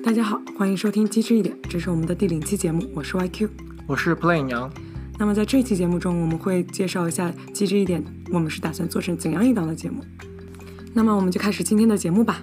大家好，欢迎收听机智一点，这是我们的第0期节目，我是 YQ， 我是 Plain 杨。 那么在这期节目中，我们会介绍一下机智一点，我们是打算做成怎样一档的节目。那么我们就开始今天的节目吧。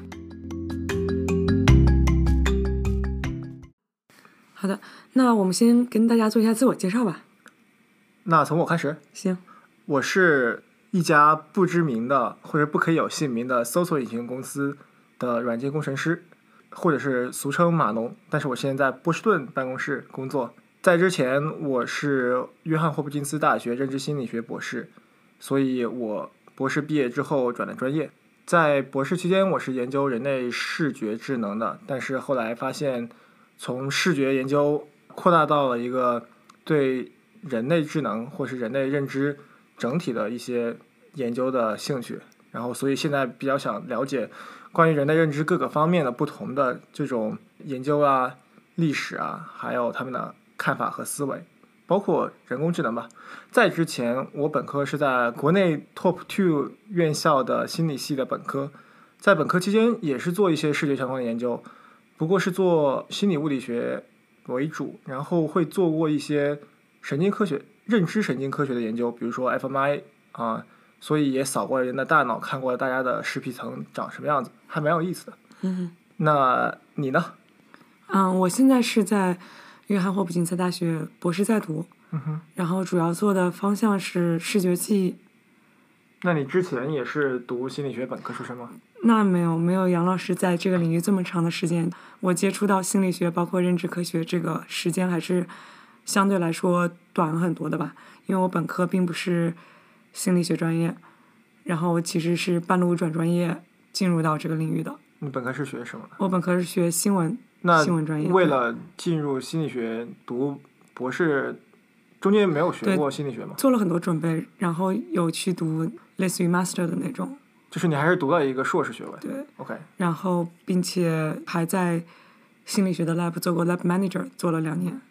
好的，那我们先跟大家做一下自我介绍吧。 那从我开始。 行。 我是一家不知名的或者不可以有姓名的搜索引擎公司的软件工程师，或者是俗称码农，但是我现在在波士顿办公室工作。在之前我是约翰霍普金斯大学认知心理学博士，所以我博士毕业之后转了专业。在博士期间我是研究人类视觉智能的，但是后来发现从视觉研究扩大到了一个对人类智能或是人类认知整体的一些研究的兴趣，然后所以现在比较想了解关于人类认知各个方面的不同的这种研究啊、历史啊，还有他们的看法和思维，包括人工智能吧。在之前我本科是在国内 Top 2 院校的心理系的本科，在本科期间也是做一些视觉相关的研究，不过是做心理物理学为主，然后会做过一些神经科学、认知神经科学的研究，比如说 fMRI 啊，所以也扫过人的大脑，看过大家的视皮层长什么样子，还蛮有意思的。那你呢？ 我现在是在约翰霍普金斯大学博士在读，然后主要做的方向是视觉记忆。 那你之前也是读心理学本科出身吗？ 那没有杨老师在这个领域这么长的时间，我接触到心理学包括认知科学这个时间还是相对来说短很多的吧，因为我本科并不是心理学专业，然后其实是半路转专业进入到这个领域的。 你本科是学什么的？ 我本科是学新闻专业。 为了进入心理学读博士，中间没有学过心理学吗？ 做了很多准备，然后有去读类似于 master 的那种。 就是你还是读到一个硕士学位。 对 OK。 然后并且还在心理学的 lab 做过 lab manager， 做了2年。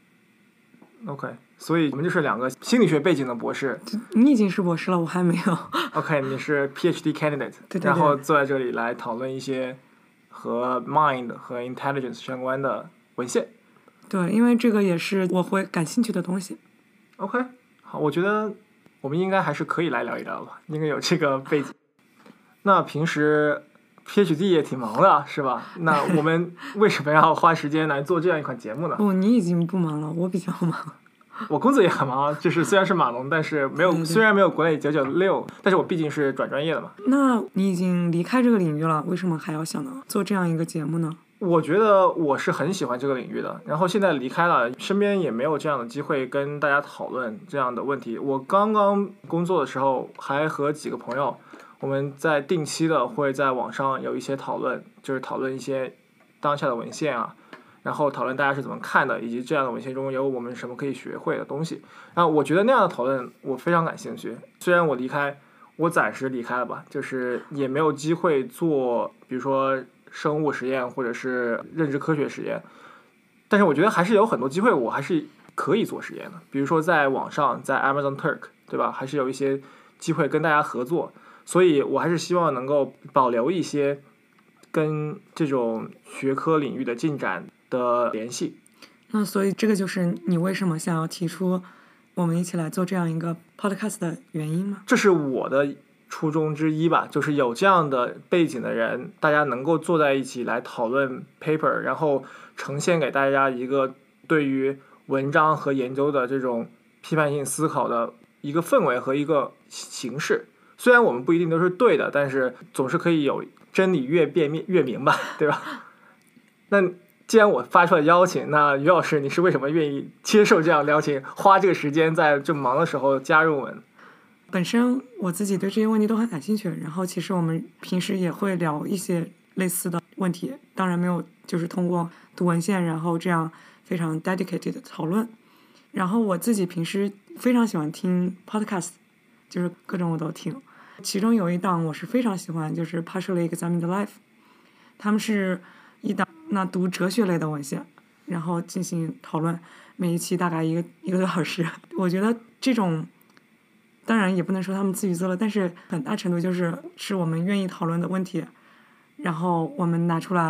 OK， 所以我们就是2个心理学背景的博士。 你已经是博士了，我还没有。 OK， 你是 PhD candidate。 对。 然后坐在这里来讨论一些和 mind 和 intelligence 相关的文献。 对，因为这个也是我会感兴趣的东西。 OK， 好，我觉得我们应该还是可以来聊一聊吧，应该有这个背景。那平时 PhD 也挺忙的是吧？那我们为什么要花时间来做这样一款节目呢？ 不，你已经不忙了，我比较忙。 我工作也很忙，就是虽然是码农，但是虽然没有国内996，但是我毕竟是转专业的嘛。 那你已经离开这个领域了，为什么还要想到做这样一个节目呢？ 我觉得我是很喜欢这个领域的，然后现在离开了，身边也没有这样的机会跟大家讨论这样的问题。我刚刚工作的时候还和几个朋友，我们在定期的会在网上有一些讨论，就是讨论一些当下的文献啊，然后讨论大家是怎么看的，以及这样的文献中有我们什么可以学会的东西。然后我觉得那样的讨论我非常感兴趣。虽然我暂时离开了吧，就是也没有机会做比如说生物实验或者是认知科学实验，但是我觉得还是有很多机会我还是可以做实验的，比如说在网上，在 Amazon Turk 对吧，还是有一些机会跟大家合作，所以我还是希望能够保留一些跟这种学科领域的进展的联系。 那所以这个就是你为什么想要提出我们一起来做这样一个 podcast 的原因吗？ 这是我的初衷之一吧，就是有这样的背景的人，大家能够坐在一起来讨论 paper， 然后呈现给大家一个对于文章和研究的这种批判性思考的一个氛围和一个形式。虽然我们不一定都是对的，但是总是可以有真理越辩越明吧，对吧？那既然我发出了邀请，那于老师你是为什么愿意接受这样的邀请，花这个时间在这么忙的时候加入我们？ 本身我自己对这些问题都很感兴趣，然后其实我们平时也会聊一些类似的问题，当然没有就是通过读文献然后这样非常 dedicated 的讨论。然后我自己平时非常喜欢听 podcast， 就是各种我都听，其中有一档我是非常喜欢，就是 Partially Examined Life， 他们是一档读哲学类的文献，然后进行讨论，每一期大概一个多小时。我觉得这种当然也不能说他们自娱自乐，但是很大程度是我们愿意讨论的问题，然后我们拿出来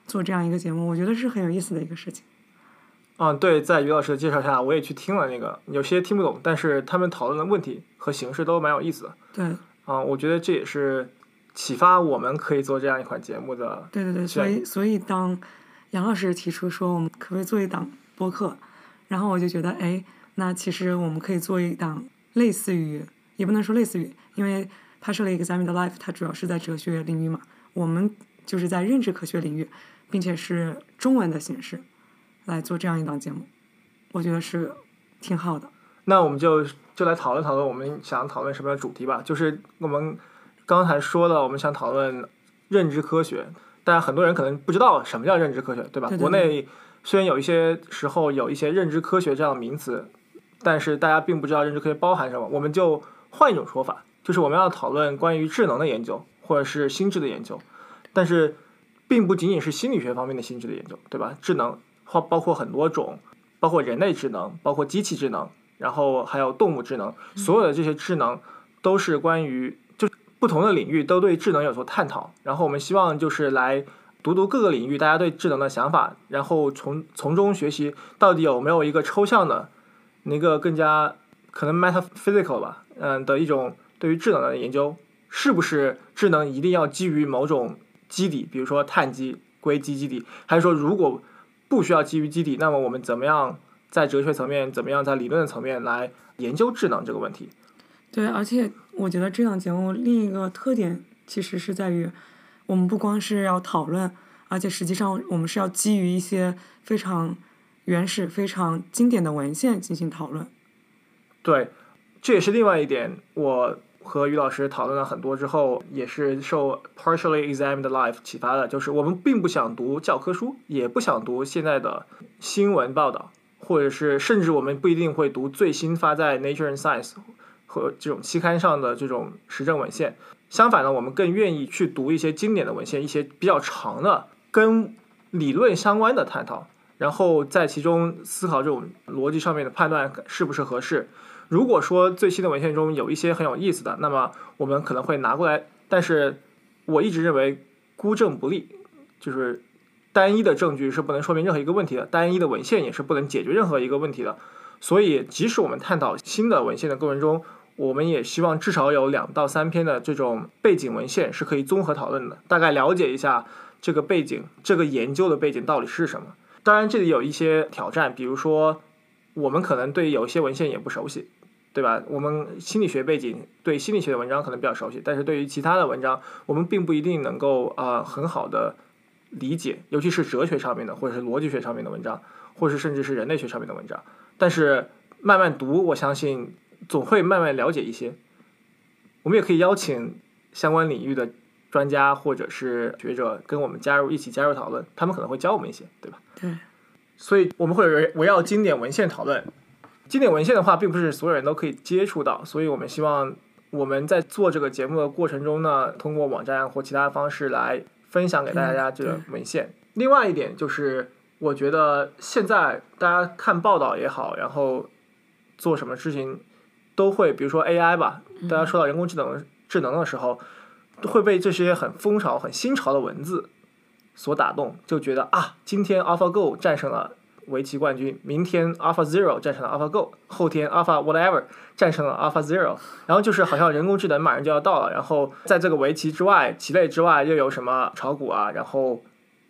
做这样一个节目，我觉得是很有意思的一个事情。 对，在于老师的介绍下，我也去听了那个，有些听不懂，但是他们讨论的问题和形式都蛮有意思的。 对， 我觉得这也是启发我们可以做这样一款节目的。 对对对，所以当杨老师提出说我们可不可以做一档播客，然后我就觉得，哎，那其实我们可以做一档类似于，也不能说类似于，因为拍摄了一个Examine the Life，它主要是在哲学领域嘛，我们就是在认知科学领域，并且是中文的形式来做这样一档节目，我觉得是挺好的。 那我们就来讨论讨论我们想讨论什么样的主题吧。就是我们刚才说了，我们想讨论认知科学，但很多人可能不知道什么叫认知科学，对吧？ 对对对， 国内虽然有一些时候有一些认知科学这样的名词，但是大家并不知道认知科学包含什么。我们就换一种说法，就是我们要讨论关于智能的研究或者是心智的研究，但是并不仅仅是心理学方面的心智的研究，对吧？智能包括很多种，包括人类智能，包括机器智能，然后还有动物智能，所有的这些智能都是关于就是不同的领域都对智能有所探讨。然后我们希望就是来读各个领域大家对智能的想法，然后从中学习到底有没有一个抽象的那个更加可能 metaphysical 吧，的一种对于智能的研究，是不是智能一定要基于某种基底，比如说碳基、硅基基底，还是说如果不需要基于基底，那么我们怎么样在哲学层面，怎么样在理论的层面来研究智能这个问题？ 对，而且我觉得这档节目另一个特点其实是在于，我们不光是要讨论，而且实际上我们是要基于一些非常原始、非常经典的文献进行讨论。 对，这也是另外一点，我和于老师讨论了很多之后，也是受 Partially Examined Life 启发的，就是我们并不想读教科书，也不想读现在的新闻报道，或者是甚至我们不一定会读最新发在 Nature and Science 和这种期刊上的这种实证文献。相反呢，我们更愿意去读一些经典的文献，一些比较长的跟理论相关的探讨，然后在其中思考这种逻辑上面的判断是不是合适。如果说最新的文献中有一些很有意思的，那么我们可能会拿过来，但是我一直认为孤证不立，就是单一的证据是不能说明任何一个问题的，单一的文献也是不能解决任何一个问题的。所以即使我们探讨新的文献的过程中，我们也希望至少有2到3篇的这种背景文献是可以综合讨论的，大概了解一下这个背景，这个研究的背景到底是什么。当然这里有一些挑战，比如说我们可能对有一些文献也不熟悉，对吧？我们心理学背景对心理学的文章可能比较熟悉，但是对于其他的文章我们并不一定能够很好的理解，尤其是哲学上面的或者是逻辑学上面的文章，或者是甚至是人类学上面的文章。但是慢慢读，我相信总会慢慢了解一些。我们也可以邀请相关领域的专家或者是学者跟我们一起加入讨论，他们可能会教我们一些，对吧？ 对。 所以我们会围绕经典文献讨论。经典文献的话并不是所有人都可以接触到，所以我们希望我们在做这个节目的过程中呢，通过网站或其他方式来分享给大家这个文献。另外一点就是我觉得现在大家看报道也好，然后做什么事情都会，比如说 AI 吧，大家说到人工智能的时候，会被这些很风潮很新潮的文字所打动，就觉得今天 AlphaGo 战胜了围棋冠军，明天 AlphaZero 战胜了 AlphaGo， 后天 Alpha whatever 战胜了 AlphaZero， 然后就是好像人工智能马上就要到了，然后在这个围棋之外，棋类之外又有什么炒股啊，然后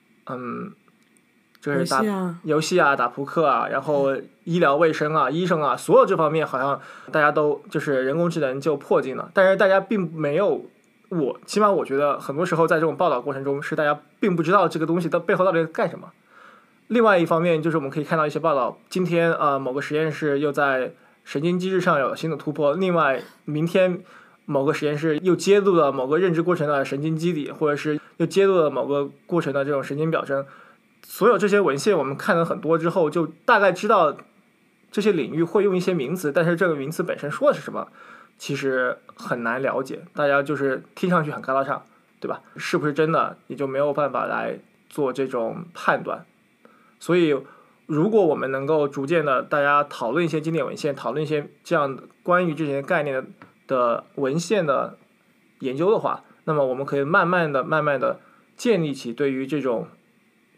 就是打游戏啊，打扑克啊，然后医疗卫生啊，医生啊，所有这方面好像大家都就是人工智能就迫近了，但是大家并没有，起码我觉得很多时候在这种报道过程中是大家并不知道这个东西的背后到底干什么。另外一方面就是我们可以看到一些报道，今天某个实验室又在神经机制上有了新的突破，另外明天某个实验室又揭露了某个认知过程的神经基底，或者是又揭露了某个过程的这种神经表征。所有这些文献我们看了很多之后，就大概知道这些领域会用一些名词，但是这个名词本身说的是什么其实很难了解，大家就是听上去很高大上，对吧？是不是真的也就没有办法来做这种判断。所以如果我们能够逐渐的大家讨论一些经典文献，讨论一些这样的关于这些概念的文献的研究的话，那么我们可以慢慢的建立起对于这种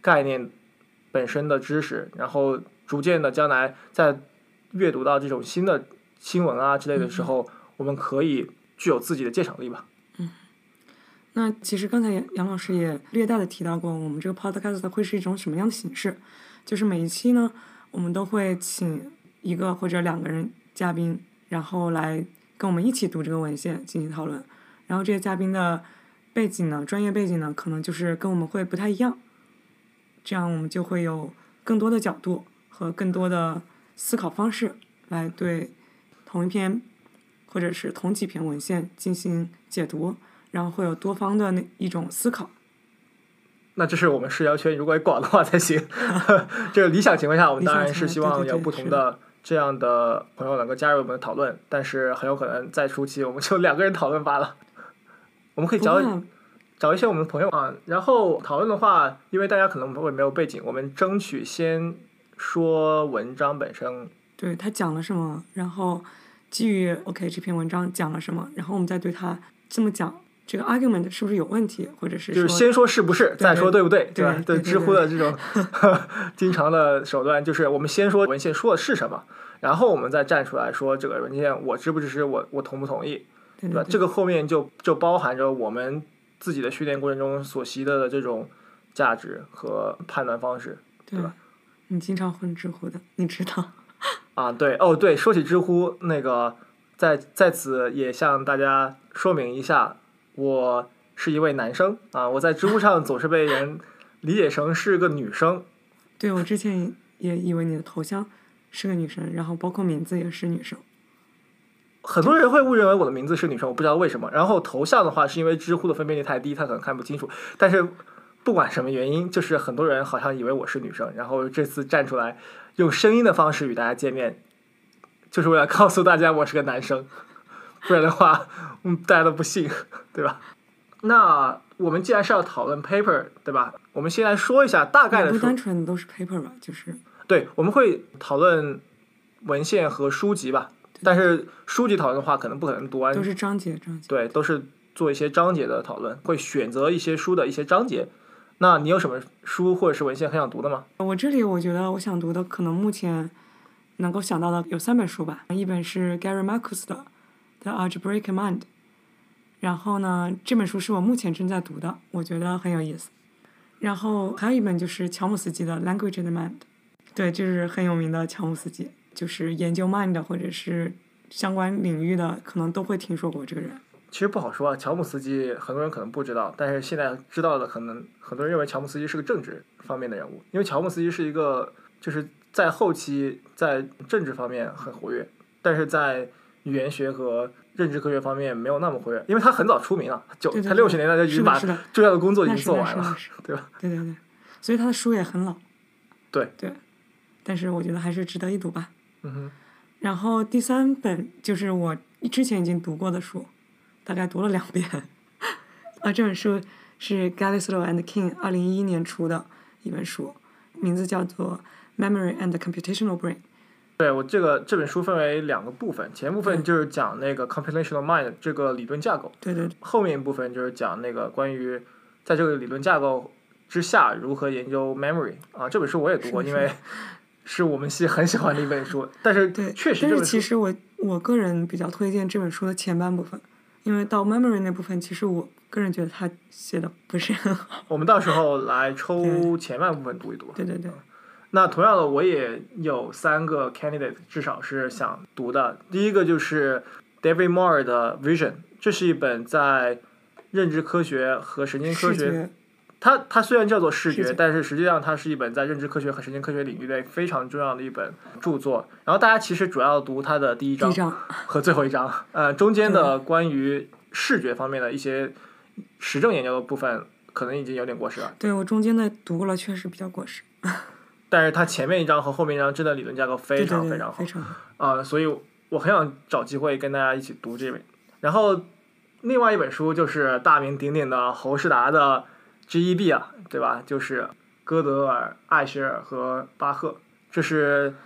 概念本身的知识，然后逐渐的将来在阅读到这种新的新闻啊之类的时候，我们可以具有自己的鉴赏力吧。 那其实刚才杨老师也略带的提到过，我们这个 podcast 会是一种什么样的形式？就是每一期呢，我们都会请一个或者2个人嘉宾，然后来跟我们一起读这个文献进行讨论。然后这些嘉宾的背景呢，专业背景呢，可能就是跟我们会不太一样。这样我们就会有更多的角度和更多的思考方式来对同一篇或者是同几篇文献进行解读。然后会有多方的那一种思考。 那这是我们社交圈如果广的话才行。这个理想情况下，我们当然是希望有不同的这样的朋友能够加入我们的讨论，但是很有可能在初期我们就2个人讨论罢了。我们可以找一些我们的朋友啊，然后讨论的话，因为大家可能会没有背景，我们争取先说文章本身。 对，他讲了什么，然后基于 OK 这篇文章讲了什么，然后我们再对他这么讲。这个 argument 是不是有问题，或者是就是先说是不是，再说对不对， 对吧？对知乎的这种经常的手段，就是我们先说文献说的是什么，然后我们再站出来说这个文献我支不支持，我同不同意， 对吧？这个后面就包含着我们自己的训练过程中所习得的这种价值和判断方式，对吧？ 你经常混知乎的，你知道啊？对，说起知乎，那个在此也向大家说明一下。我是一位男生啊，我在知乎上总是被人理解成是个女生。 对，我之前也以为你的头像是个女生，然后包括名字也是女生。 很多人会误认为我的名字是女生，我不知道为什么。然后头像的话，是因为知乎的分辨率太低，他可能看不清楚。但是不管什么原因，就是很多人好像以为我是女生。然后这次站出来用声音的方式与大家见面，就是为了告诉大家我是个男生。不然的话，大家都不信，对吧？那我们既然是要讨论 paper， 对吧？我们先来说一下大概的。 不单纯都是 paper 吧，就是对，我们会讨论文献和书籍吧。但是书籍讨论的话，可能不可能读完。 都是章节。 对，都是做一些章节的讨论，会选择一些书的一些章节。那你有什么书或者是文献很想读的吗？ 我这里我觉得我想读的，可能目前能够想到的有3本书吧。一本是 Gary Marcus 的The Algebraic Mind， 然后呢，这本书是我目前正在读的，我觉得很有意思。然后还有一本就是乔姆斯基的 Language and Mind， 对，就是很有名的乔姆斯基，就是研究 mind 或者是相关领域的，可能都会听说过这个人。 其实不好说啊，乔姆斯基很多人可能不知道，但是现在知道的可能很多人认为乔姆斯基是个政治方面的人物，因为乔姆斯基是一个就是在后期在政治方面很活跃，但是在语言学和认知科学方面没有那么活跃，因为他很早出名了，他60年代就已经把重要的工作已经做完了，对吧？ 对，所以他的书也很老。 对， 但是我觉得还是值得一读吧。 然后第3本就是我之前已经读过的书，大概读了2遍。这本书是 Gallislow and King 2011年出的一本书，名字叫做 Memory and Computational Brain。 对，我这本书分为2个部分，前部分就是讲那个 computational mind 这个理论架构， 对， 后面一部分就是讲那个关于在这个理论架构之下如何研究 memory 啊。这本书我也读过，因为是我们系很喜欢的一本书，但是确实这本书， 但是其实我个人比较推荐这本书的前半部分，因为到 memory 那部分，其实我个人觉得他写的不是很好。 我们到时候来抽前半部分读一读。 对。 那同样的，我也有3个 candidate， 至少是想读的。第一个就是 David Moore 的 Vision， 这是一本在认知科学和神经科学，它虽然叫做视觉，但是实际上它是一本在认知科学和神经科学领域内非常重要的一本著作。然后大家其实主要读它的第一章和最后一章，中间的关于视觉方面的一些实证研究的部分可能已经有点过时了。 对，我中间的读过了，确实比较过时。 但是它前面一章和后面一章真的理论架构非常非常好， 非常好。 所以我很想找机会跟大家一起读这本。然后另外一本书就是大名鼎鼎的侯世达的 GEB 啊，对吧？就是歌德尔、艾舍尔和巴赫。这是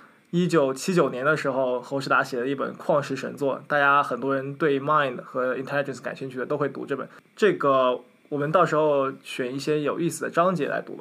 1979年的时候侯世达写的一本旷世神作，大家很多人对 mind 和 intelligence 感兴趣的都会读这本。这个我们到时候选一些有意思的章节来读吧。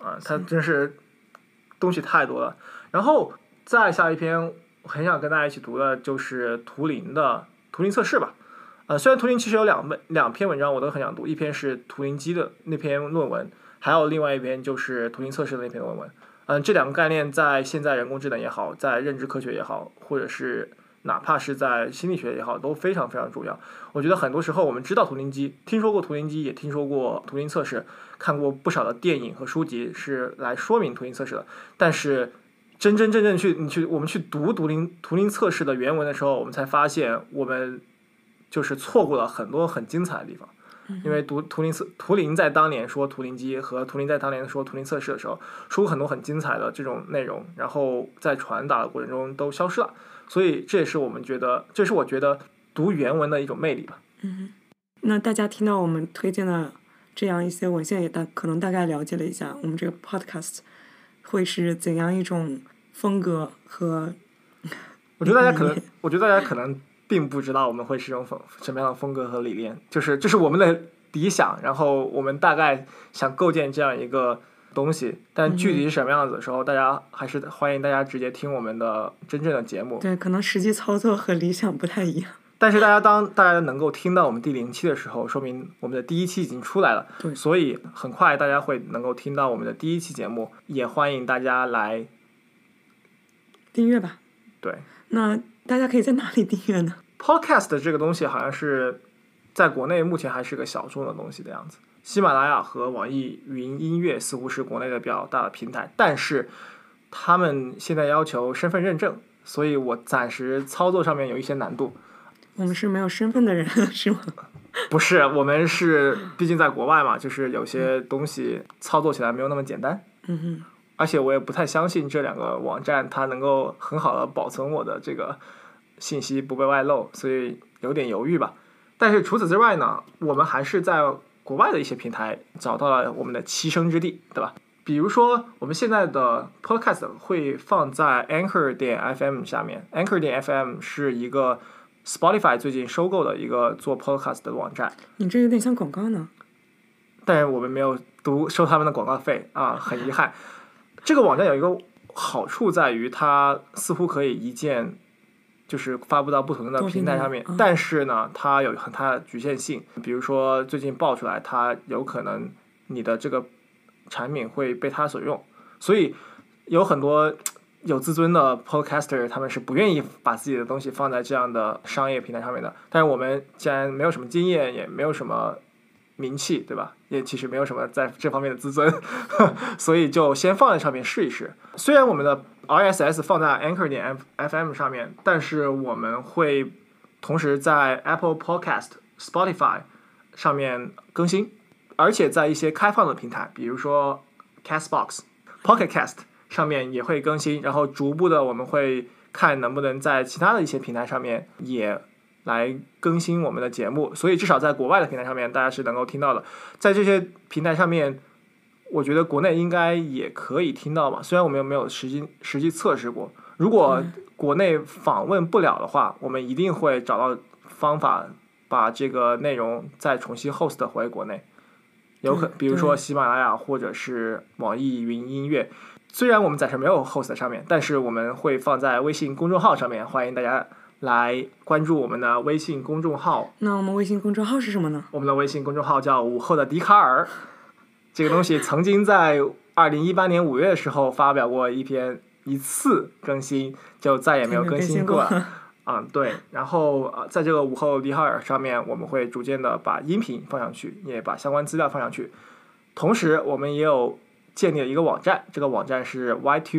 啊，它真是东西太多了。然后再下一篇我很想跟大家一起读的就是图灵的图灵测试吧。虽然图灵其实有两篇文章我都很想读，一篇是图灵机的那篇论文，还有另外一篇就是图灵测试的那篇论文。这两个概念在现在人工智能也好，在认知科学也好，或者是哪怕是在心理学也好，都非常非常重要。我觉得很多时候我们知道图灵机，听说过图灵机，也听说过图灵测试，看过不少的电影和书籍是来说明图灵测试的，但是真正我们去读图灵测试的原文的时候，我们才发现我们就是错过了很多很精彩的地方。因为图灵在当年说图灵机和图灵在当年说图灵测试的时候，说过很多很精彩的这种内容，然后在传达的过程中都消失了。所以这是我觉得读原文的一种魅力吧。 那大家听到我们推荐的这样一些文献，也可能大概了解了一下我们这个 podcast 会是怎样一种风格和。 我觉得大家可能并不知道我们会是一种什么样的风格和理念，就是我们的理想，然后我们大概想构建这样一个东西，但具体是什么样子的时候，大家还是欢迎大家直接听我们的真正的节目。 对，可能实际操作和理想不太一样。 但是当大家能够听到我们第0期的时候，说明我们的第1期已经出来了。 对， 所以很快大家会能够听到我们的第1期节目，也欢迎大家来订阅吧。 对， 那大家可以在哪里订阅呢？ Podcast 这个东西好像是在国内目前还是个小众的东西的样子。喜马拉雅和网易云音乐似乎是国内的比较大的平台，但是他们现在要求身份认证，所以我暂时操作上面有一些难度。 我们是没有身份的人是吗？ 不是，我们是毕竟在国外嘛，就是有些东西操作起来没有那么简单。而且我也不太相信这2个网站它能够很好的保存我的这个信息不被外漏，所以有点犹豫吧。但是除此之外呢，我们还是在国外的一些平台找到了我们的栖身之地，对吧？比如说我们现在的 podcast 会放在 Anchor.fm 下面。 Anchor.fm 是一个 Spotify 最近收购的一个做 podcast 的网站。 你这有点像广告呢。 但是我们没有收他们的广告费啊，很遗憾。这个网站有一个好处在于，它似乎可以一键就是发布到不同的平台上面，但是呢，它有很大的局限性。比如说最近爆出来，它有可能你的这个产品会被它所用，所以有很多有自尊的 podcaster 他们是不愿意把自己的东西放在这样的商业平台上面的。但是我们既然没有什么经验，也没有什么名气，对吧？也其实没有什么在这方面的自尊所以就先放在上面试一试。虽然我们的 RSS 放在 Anchor.fm 上面，但是我们会同时在 Apple Podcast、Spotify 上面更新，而且在一些开放的平台，比如说 Castbox、Pocket Cast 上面也会更新，然后逐步的我们会看能不能在其他的一些平台上面也来更新我们的节目，所以至少在国外的平台上面大家是能够听到的。在这些平台上面，我觉得国内应该也可以听到吧，虽然我们没有实际测试过。如果国内访问不了的话，我们一定会找到方法把这个内容再重新 host 回国内。比如说喜马拉雅或者是网易云音乐，虽然我们暂时没有 host 在上面，但是我们会放在微信公众号上面，欢迎大家来关注我们的微信公众号。 那我们微信公众号是什么呢？ 我们的微信公众号叫午后的笛卡尔。这个东西曾经在2018年5月的时候发表过一次更新，就再也没有更新过了。对。然后在这个午后笛卡尔上面，我们会逐渐的把音频放上去，也把相关资料放上去。同时我们也有建立了一个网站，这个网站是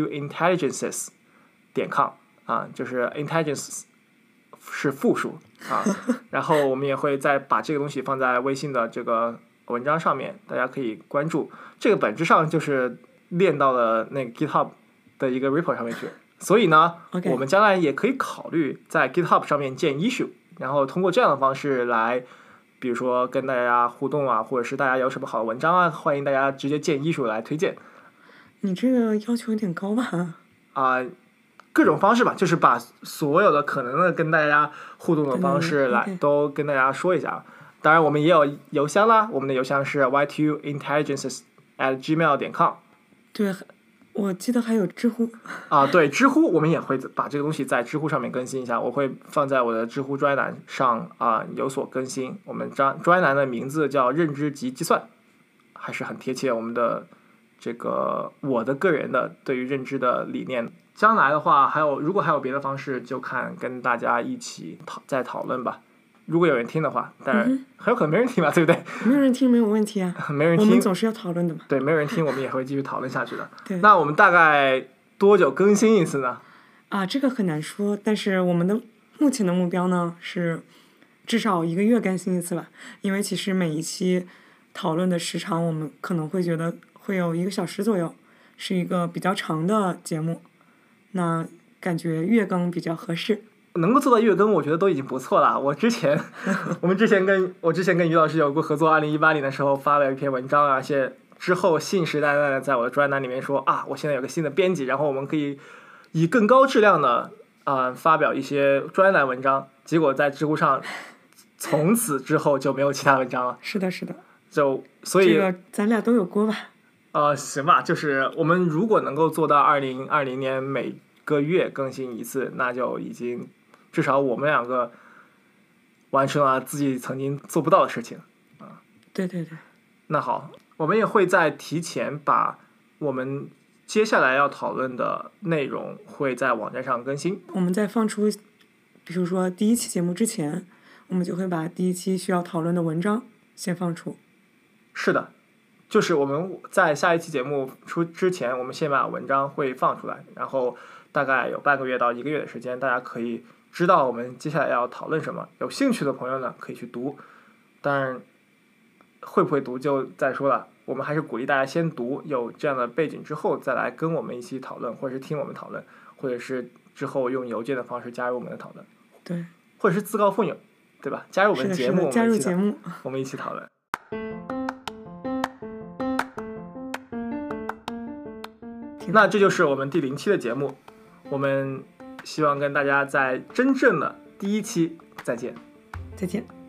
y2intelligences.com 就是 intelligence 是复数然后我们也会再把这个东西放在微信的这个文章上面，大家可以关注。这个本质上就是练到了那个 GitHub 的一个 repo 上面去，所以呢我们将来也可以考虑在 GitHub 上面建 issue， 然后通过这样的方式来比如说跟大家互动啊，或者是大家有什么好的文章啊，欢迎大家直接建issue来推荐。 你这个要求有点高吧？ 各种方式吧，就是把所有的可能的跟大家互动的方式来都跟大家说一下。当然我们也有邮箱啦，我们的邮箱是y2intelligences@gmail.com。 对，我记得还有知乎啊，对，知乎我们也会把这个东西在知乎上面更新一下，我会放在我的知乎专栏上有所更新。我们专栏的名字叫认知及计算，还是很贴切我们的这个我的个人的对于认知的理念。将来的话，如果还有别的方式，就看跟大家一起再讨论吧。如果有人听的话，但是很有可能没人听吧，对不对？ 没有人听没有问题啊， 没人听， 我们总是要讨论的嘛。 对，没有人听，我们也会继续讨论下去的。 对， 那我们大概多久更新一次呢？ 这个很难说，但是我们的目前的目标呢是至少1个月更新一次吧，因为其实每一期讨论的时长，我们可能会觉得会有1个小时左右，是一个比较长的节目，那感觉月更比较合适。 能够做到月更，我觉得都已经不错了。我之前跟于老师有过合作，2018年的时候发了一篇文章，而且之后信誓旦旦的在我的专栏里面说我现在有个新的编辑，然后我们可以以更高质量的发表一些专栏文章。结果在知乎上，从此之后就没有其他文章了。 是的，是的。 所以这个咱俩都有锅吧？ 行吧，就是我们如果能够做到2020年每个月更新一次，那就已经至少我们2个完成了自己曾经做不到的事情对对对。 那好，我们也会在提前把我们接下来要讨论的内容会在网站上更新。 我们在放出比如说第1期节目之前，我们就会把第1期需要讨论的文章先放出。 是的，就是我们在下一期节目出之前，我们先把文章会放出来，然后大概有半个月到1个月的时间，大家可以知道我们接下来要讨论什么。有兴趣的朋友呢，可以去读，但会不会读就再说了。我们还是鼓励大家先读，有这样的背景之后再来跟我们一起讨论，或者是听我们讨论，或者是之后用邮件的方式加入我们的讨论。 对， 或者是自告奋勇，对吧？加入我们的节目， 加入节目， 我们一起讨论。那这就是我们第0期的节目，我们希望跟大家在真正的第1期再见。 再见。